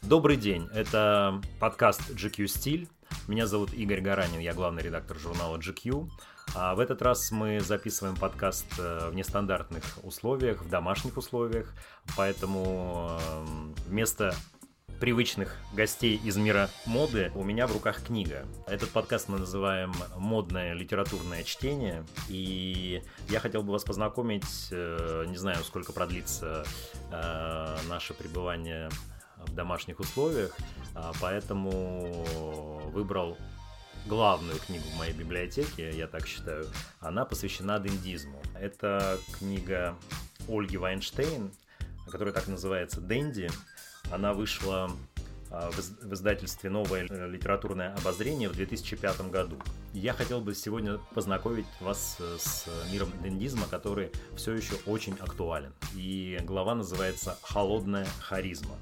Добрый день, это подкаст GQ Стиль. Меня зовут Игорь Гаранин, я главный редактор журнала GQ. А в этот раз мы записываем подкаст в нестандартных условиях, в домашних условиях, поэтому вместо привычных гостей из мира моды у меня в руках книга. Этот подкаст мы называем «Модное литературное чтение», и я хотел бы вас познакомить, не знаю, сколько продлится наше пребывание в домашних условиях, поэтому выбрал главную книгу в моей библиотеке, я так считаю. Она посвящена дендизму. Это книга Ольги Вайнштейн, которая так называется «Денди». Она вышла в издательстве «Новое литературное обозрение» в 2005 году. Я хотел бы сегодня познакомить вас с миром дендизма, который все еще очень актуален. И глава называется «Холодная харизма».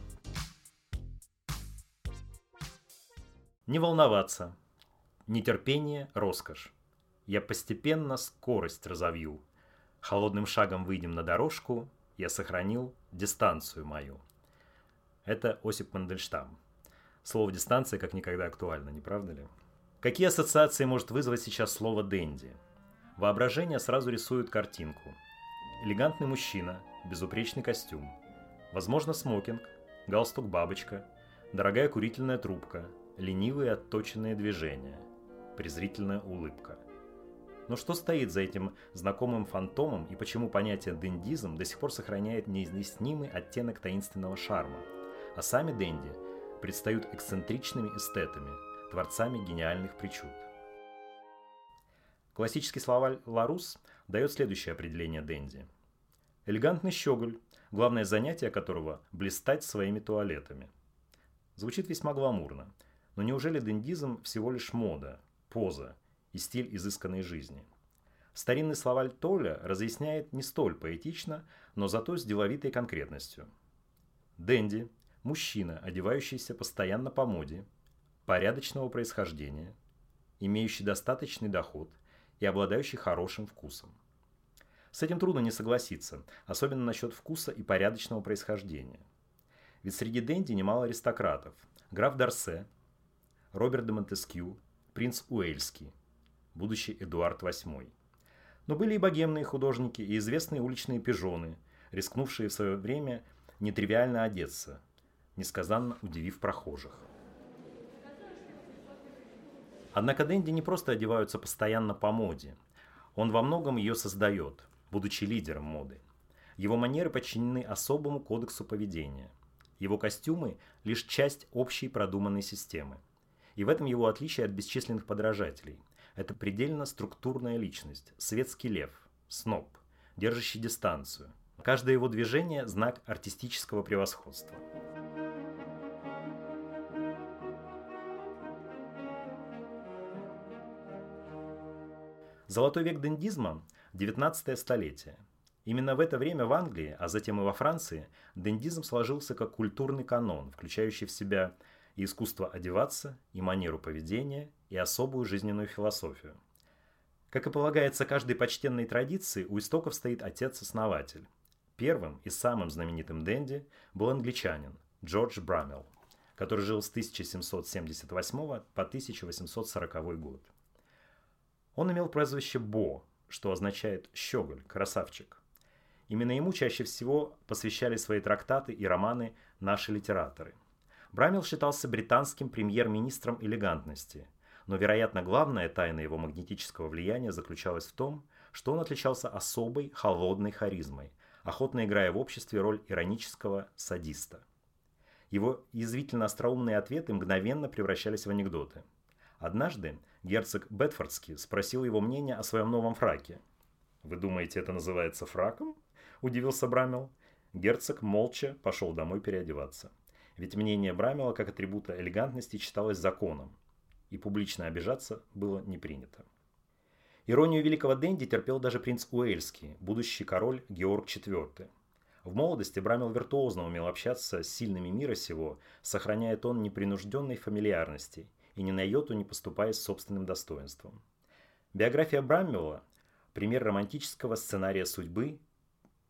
Не волноваться. Нетерпение – роскошь. Я постепенно скорость разовью. Холодным шагом выйдем на дорожку. Я сохранил дистанцию мою. Это Осип Мандельштам. Слово «дистанция» как никогда актуально, не правда ли? Какие ассоциации может вызвать сейчас слово «денди»? Воображение сразу рисует картинку. Элегантный мужчина, безупречный костюм. Возможно, смокинг, галстук-бабочка, дорогая курительная трубка, ленивые отточенные движения, презрительная улыбка. Но что стоит за этим знакомым фантомом и почему понятие «дендизм» до сих пор сохраняет неизъяснимый оттенок таинственного шарма? А сами денди предстают эксцентричными эстетами, творцами гениальных причуд. Классический словарь Ларус дает следующее определение денди. Элегантный щеголь, главное занятие которого – блистать своими туалетами. Звучит весьма гламурно, но неужели дендизм всего лишь мода, поза и стиль изысканной жизни? Старинный словарь Толя разъясняет не столь поэтично, но зато с деловитой конкретностью. Денди – мужчина, одевающийся постоянно по моде, порядочного происхождения, имеющий достаточный доход и обладающий хорошим вкусом. С этим трудно не согласиться, особенно насчет вкуса и порядочного происхождения. Ведь среди денди немало аристократов. Граф Дарсе, Роберт де Монтескью, принц Уэльский, будущий Эдуард VIII. Но были и богемные художники, и известные уличные пижоны, рискнувшие в свое время нетривиально одеться, несказанно удивив прохожих. Однако денди не просто одеваются постоянно по моде. Он во многом ее создает, будучи лидером моды. Его манеры подчинены особому кодексу поведения. Его костюмы – лишь часть общей продуманной системы. И в этом его отличие от бесчисленных подражателей. Это предельно структурная личность, светский лев, сноб, держащий дистанцию. Каждое его движение – знак артистического превосходства. Золотой век дендизма – 19 столетие. Именно в это время в Англии, а затем и во Франции, дендизм сложился как культурный канон, включающий в себя и искусство одеваться, и манеру поведения, и особую жизненную философию. Как и полагается каждой почтенной традиции, у истоков стоит отец-основатель. Первым и самым знаменитым денди был англичанин Джордж Брамелл, который жил с 1778 по 1840 год. Он имел прозвище Бо, что означает «щеголь», «красавчик». Именно ему чаще всего посвящали свои трактаты и романы наши литераторы. Брамелл считался британским премьер-министром элегантности, но, вероятно, главная тайна его магнетического влияния заключалась в том, что он отличался особой холодной харизмой, охотно играя в обществе роль иронического садиста. Его язвительно-остроумные ответы мгновенно превращались в анекдоты. Однажды герцог Бетфордский спросил его мнение о своем новом фраке. «Вы думаете, это называется фраком?» – удивился Брамелл. Герцог молча пошел домой переодеваться. Ведь мнение Брамелла как атрибута элегантности читалось законом, и публично обижаться было не принято. Иронию великого денди терпел даже принц Уэльский, будущий король Георг IV. В молодости Брамелл виртуозно умел общаться с сильными мира сего, сохраняя тон непринужденной фамильярности и ни на йоту не поступаясь собственным достоинством. Биография Брамелла – пример романтического сценария судьбы,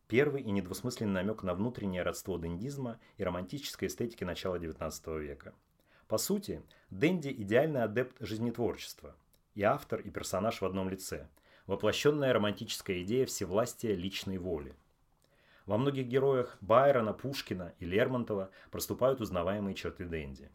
Первый и недвусмысленный намек на внутреннее родство дендизма и романтической эстетики начала XIX века. По сути, Денди – идеальный адепт жизнетворчества, и автор, и персонаж в одном лице, воплощенная романтическая идея всевластия личной воли. Во многих героях Байрона, Пушкина и Лермонтова проступают узнаваемые черты Денди.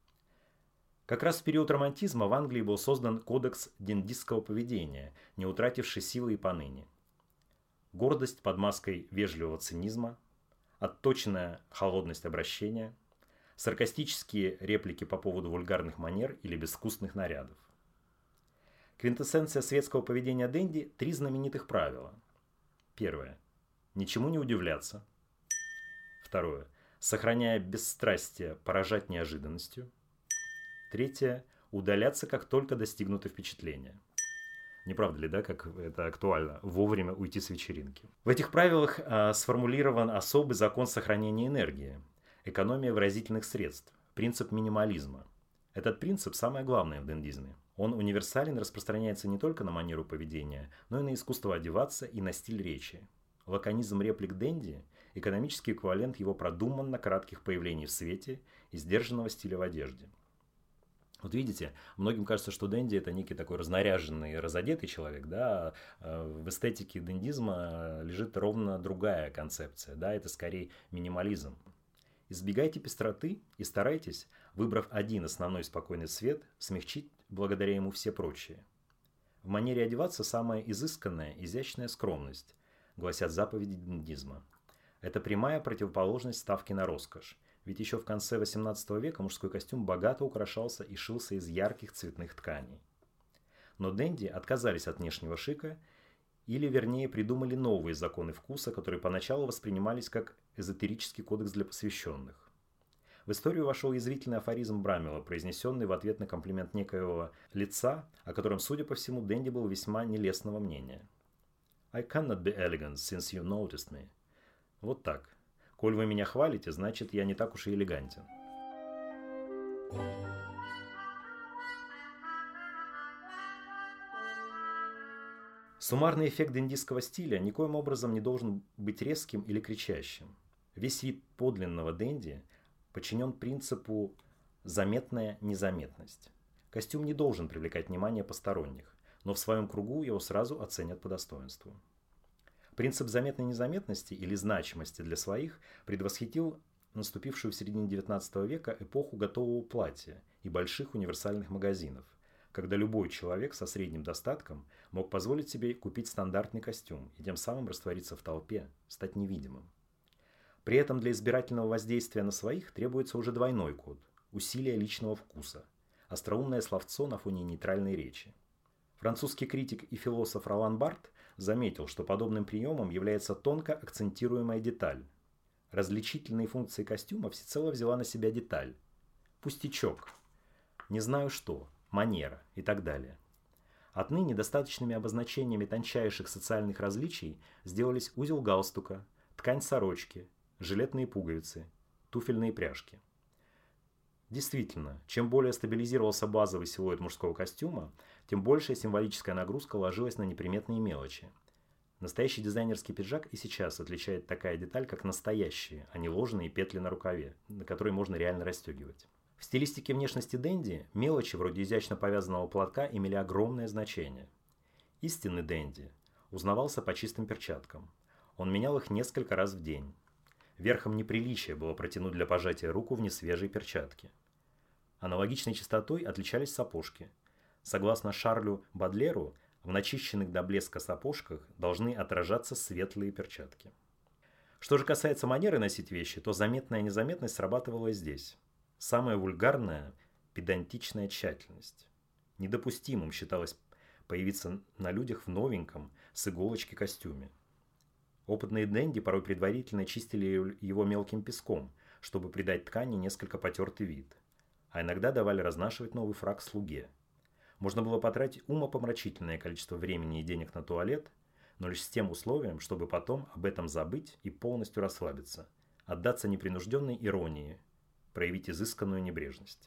Как раз в период романтизма в Англии был создан кодекс дендистского поведения, не утративший силы и поныне. Гордость под маской вежливого цинизма, отточенная холодность обращения, саркастические реплики по поводу вульгарных манер или безвкусных нарядов. Квинтэссенция светского поведения Денди – 3 знаменитых правила. Первое. Ничему не удивляться. Второе. Сохраняя бесстрастие, поражать неожиданностью. Третье. Удаляться, как только достигнуто впечатление. Не правда ли, да, как это актуально? Вовремя уйти с вечеринки. В этих правилах сформулирован особый закон сохранения энергии, экономия выразительных средств, принцип минимализма. Этот принцип самое главное в дендизме. Он универсален, распространяется не только на манеру поведения, но и на искусство одеваться и на стиль речи. Лаконизм реплик Денди – экономический эквивалент его продуманно кратких появлений в свете и сдержанного стиля в одежде. Вот видите, многим кажется, что Денди – это некий такой разнаряженный, разодетый человек, да, в эстетике дендизма лежит ровно другая концепция, да, это скорее минимализм. Избегайте пестроты и старайтесь, выбрав один основной спокойный цвет, смягчить благодаря ему все прочие. В манере одеваться самая изысканная, изящная скромность, гласят заповеди дендизма. Это прямая противоположность ставки на роскошь. Ведь еще в конце XVIII века мужской костюм богато украшался и шился из ярких цветных тканей. Но денди отказались от внешнего шика, или вернее придумали новые законы вкуса, которые поначалу воспринимались как эзотерический кодекс для посвященных. В историю вошел язвительный афоризм Брамела, произнесенный в ответ на комплимент некоего лица, о котором, судя по всему, Денди был весьма нелестного мнения. «I cannot be elegant, since you noticed me». Вот так. Коль вы меня хвалите, значит, я не так уж и элегантен. Суммарный эффект дендистского стиля никоим образом не должен быть резким или кричащим. Весь вид подлинного денди подчинен принципу «заметная незаметность». Костюм не должен привлекать внимание посторонних, но в своем кругу его сразу оценят по достоинству. Принцип заметной незаметности или значимости для своих предвосхитил наступившую в середине XIX века эпоху готового платья и больших универсальных магазинов, когда любой человек со средним достатком мог позволить себе купить стандартный костюм и тем самым раствориться в толпе, стать невидимым. При этом для избирательного воздействия на своих требуется уже двойной код – усилие личного вкуса, остроумное словцо на фоне нейтральной речи. Французский критик и философ Ролан Барт заметил, что подобным приемом является тонко акцентируемая деталь. Различительные функции костюма всецело взяла на себя деталь. Пустячок. Не знаю что. Манера и так далее. Отныне достаточными обозначениями тончайших социальных различий сделались узел галстука, ткань сорочки, жилетные пуговицы, туфельные пряжки. Действительно, чем более стабилизировался базовый силуэт мужского костюма, тем большая символическая нагрузка ложилась на неприметные мелочи. Настоящий дизайнерский пиджак и сейчас отличает такая деталь, как настоящие, а не ложные петли на рукаве, на которые можно реально расстегивать. В стилистике внешности денди мелочи вроде изящно повязанного платка имели огромное значение. Истинный денди узнавался по чистым перчаткам. Он менял их несколько раз в день. Верхом неприличия было протянуть для пожатия руку в несвежие перчатки. Аналогичной чистотой отличались сапожки. Согласно Шарлю Бадлеру, в начищенных до блеска сапожках должны отражаться светлые перчатки. Что же касается манеры носить вещи, то заметная незаметность срабатывала и здесь. Самая вульгарная – педантичная тщательность. Недопустимым считалось появиться на людях в новеньком с иголочки костюме. Опытные денди порой предварительно чистили его мелким песком, чтобы придать ткани несколько потертый вид, а иногда давали разнашивать новый фрак слуге. Можно было потратить умопомрачительное количество времени и денег на туалет, но лишь с тем условием, чтобы потом об этом забыть и полностью расслабиться, отдаться непринужденной иронии, проявить изысканную небрежность.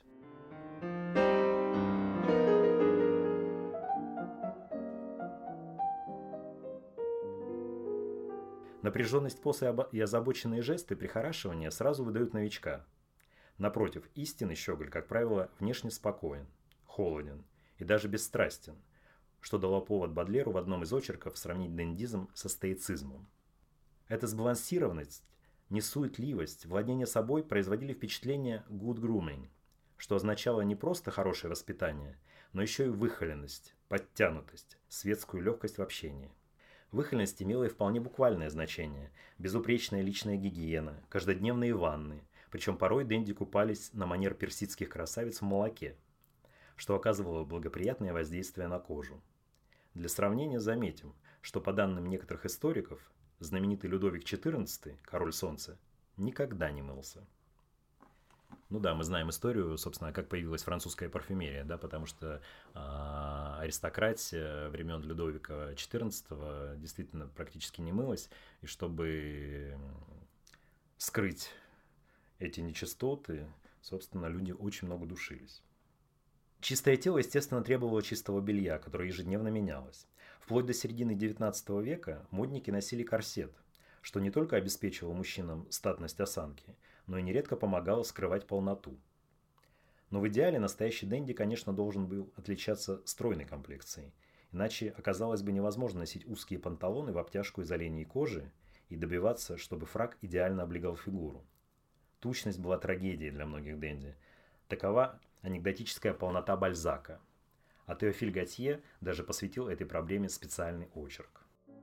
Напряженность позы и озабоченные жесты прихорашивания сразу выдают новичка. Напротив, истинный щеголь, как правило, внешне спокоен, холоден и даже бесстрастен, что дало повод Бодлеру в одном из очерков сравнить дендизм со стоицизмом. Эта сбалансированность, несуетливость, владение собой производили впечатление good grooming, что означало не просто хорошее воспитание, но еще и выхоленность, подтянутость, светскую легкость в общении. Выхоленность имела и вполне буквальное значение – безупречная личная гигиена, каждодневные ванны, причем порой денди купались на манер персидских красавиц в молоке, что оказывало благоприятное воздействие на кожу. Для сравнения заметим, что по данным некоторых историков, знаменитый Людовик XIV, король солнца, никогда не мылся. Ну да, мы знаем историю, собственно, как появилась французская парфюмерия, да, потому что аристократия времен Людовика XIV действительно практически не мылась, и чтобы скрыть эти нечистоты, собственно, люди очень много душились. Чистое тело, естественно, требовало чистого белья, которое ежедневно менялось. Вплоть до середины XIX века модники носили корсет, что не только обеспечивало мужчинам статность осанки, но и нередко помогало скрывать полноту. Но в идеале настоящий денди, конечно, должен был отличаться стройной комплекцией, иначе оказалось бы невозможно носить узкие панталоны в обтяжку из оленей кожи и добиваться, чтобы фрак идеально облегал фигуру. Тучность была трагедией для многих денди. Такова анекдотическая полнота Бальзака. А Теофиль Готье даже посвятил этой проблеме специальный очерк.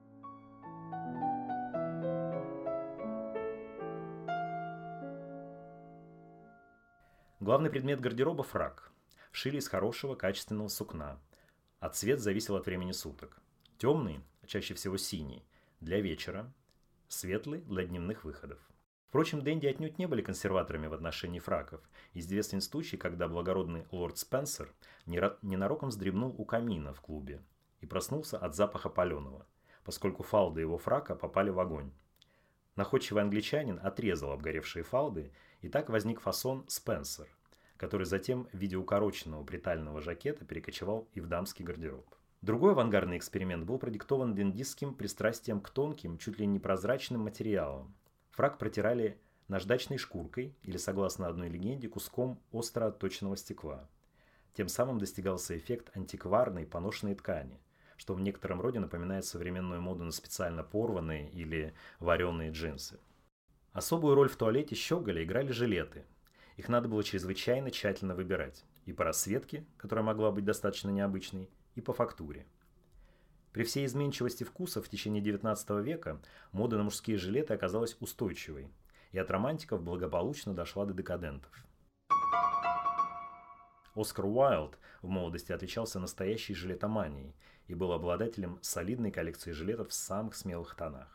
Главный предмет гардероба – фрак. Шили из хорошего, качественного сукна, а цвет зависел от времени суток. Темный, чаще всего синий, для вечера, светлый для дневных выходов. Впрочем, денди отнюдь не были консерваторами в отношении фраков. Известен случай, когда благородный лорд Спенсер ненароком вздремнул у камина в клубе и проснулся от запаха паленого, поскольку фалды его фрака попали в огонь. Находчивый англичанин отрезал обгоревшие фалды, и так возник фасон Спенсер, который затем в виде укороченного притального жакета перекочевал и в дамский гардероб. Другой авангардный эксперимент был продиктован дендистским пристрастием к тонким, чуть ли не прозрачным материалам. Фрак протирали наждачной шкуркой или, согласно одной легенде, куском остро отточенного стекла. Тем самым достигался эффект антикварной поношенной ткани, что в некотором роде напоминает современную моду на специально порванные или вареные джинсы. Особую роль в туалете щеголя играли жилеты. Их надо было чрезвычайно тщательно выбирать. И по расцветке, которая могла быть достаточно необычной, и по фактуре. При всей изменчивости вкусов в течение XIX века мода на мужские жилеты оказалась устойчивой, и от романтиков благополучно дошла до декадентов. Оскар Уайлд в молодости отличался настоящей жилетоманией и был обладателем солидной коллекции жилетов в самых смелых тонах.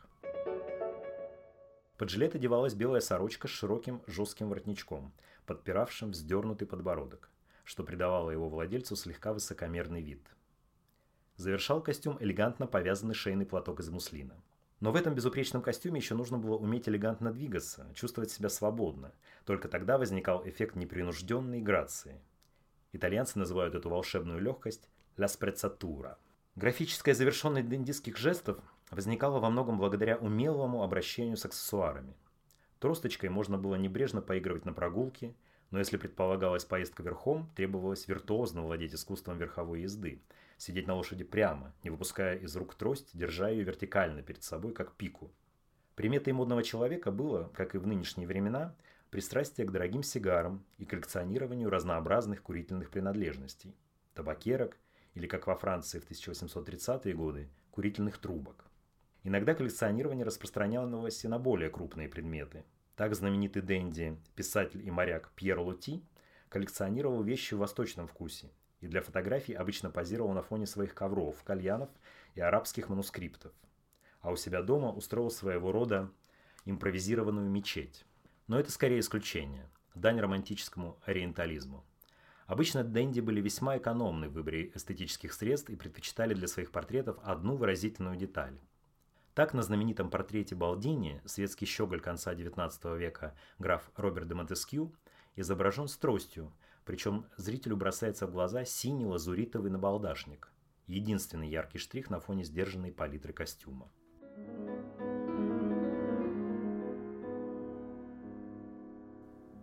Под жилет одевалась белая сорочка с широким жестким воротничком, подпиравшим вздернутый подбородок, что придавало его владельцу слегка высокомерный вид. Завершал костюм элегантно повязанный шейный платок из муслина. Но в этом безупречном костюме еще нужно было уметь элегантно двигаться, чувствовать себя свободно. Только тогда возникал эффект непринужденной грации. Итальянцы называют эту волшебную легкость «ла спрецатура». Графическая завершенность дендистских жестов возникала во многом благодаря умелому обращению с аксессуарами. Тросточкой можно было небрежно поигрывать на прогулке, но если предполагалась поездка верхом, требовалось виртуозно владеть искусством верховой езды, сидеть на лошади прямо, не выпуская из рук трость, держа ее вертикально перед собой, как пику. Приметой модного человека было, как и в нынешние времена, пристрастие к дорогим сигарам и коллекционированию разнообразных курительных принадлежностей, табакерок или, как во Франции в 1830-е годы, курительных трубок. Иногда коллекционирование распространялось и на более крупные предметы. Так знаменитый денди, писатель и моряк Пьер Лоти коллекционировал вещи в восточном вкусе и для фотографий обычно позировал на фоне своих ковров, кальянов и арабских манускриптов, а у себя дома устроил своего рода импровизированную мечеть. Но это скорее исключение, дань романтическому ориентализму. Обычно денди были весьма экономны в выборе эстетических средств и предпочитали для своих портретов одну выразительную деталь. Так, на знаменитом портрете Балдини светский щеголь конца XIX века граф Роберт де Монтескью изображен с тростью, причем зрителю бросается в глаза синий лазуритовый набалдашник, единственный яркий штрих на фоне сдержанной палитры костюма.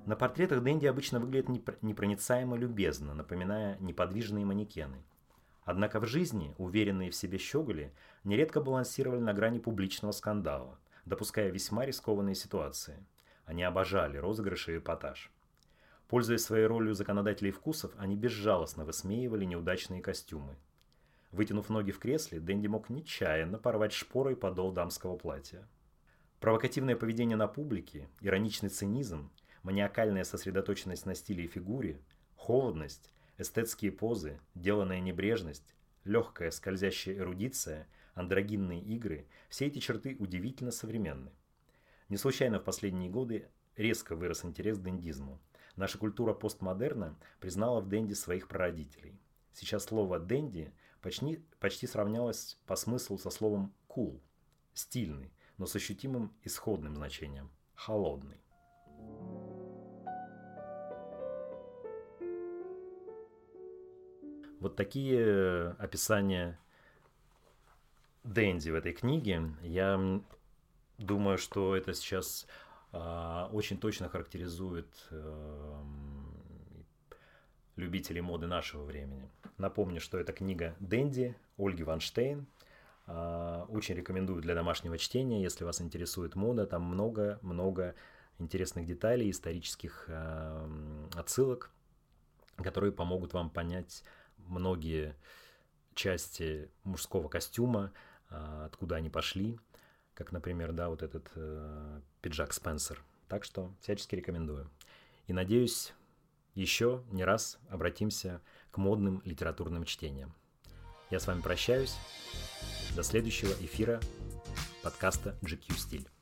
На портретах Дэнди обычно выглядят непроницаемо любезно, напоминая неподвижные манекены. Однако в жизни уверенные в себе щеголи нередко балансировали на грани публичного скандала, допуская весьма рискованные ситуации. Они обожали розыгрыши и эпатаж. Пользуясь своей ролью законодателей вкусов, они безжалостно высмеивали неудачные костюмы. Вытянув ноги в кресле, Дэнди мог нечаянно порвать шпорой подол дамского платья. Провокативное поведение на публике, ироничный цинизм, маниакальная сосредоточенность на стиле и фигуре, холодность, эстетские позы, деланная небрежность, легкая скользящая эрудиция, андрогинные игры – все эти черты удивительно современны. Не случайно в последние годы резко вырос интерес к дендизму. Наша культура постмодерна признала в денди своих прародителей. Сейчас слово «денди» почти сравнялось по смыслу со словом «cool» – стильный, но с ощутимым исходным значением – холодный. Вот такие описания денди в этой книге. Я думаю, что это сейчас очень точно характеризует любителей моды нашего времени. Напомню, что это книга «Денди» Ольги Ванштейн. Очень рекомендую для домашнего чтения, если вас интересует мода. Там много интересных деталей, исторических отсылок, которые помогут вам понять многие части мужского костюма, откуда они пошли, как, например, да, вот этот пиджак Спенсер. Так что всячески рекомендую. И надеюсь, еще не раз обратимся к модным литературным чтениям. Я с вами прощаюсь. До следующего эфира подкаста GQ Стиль.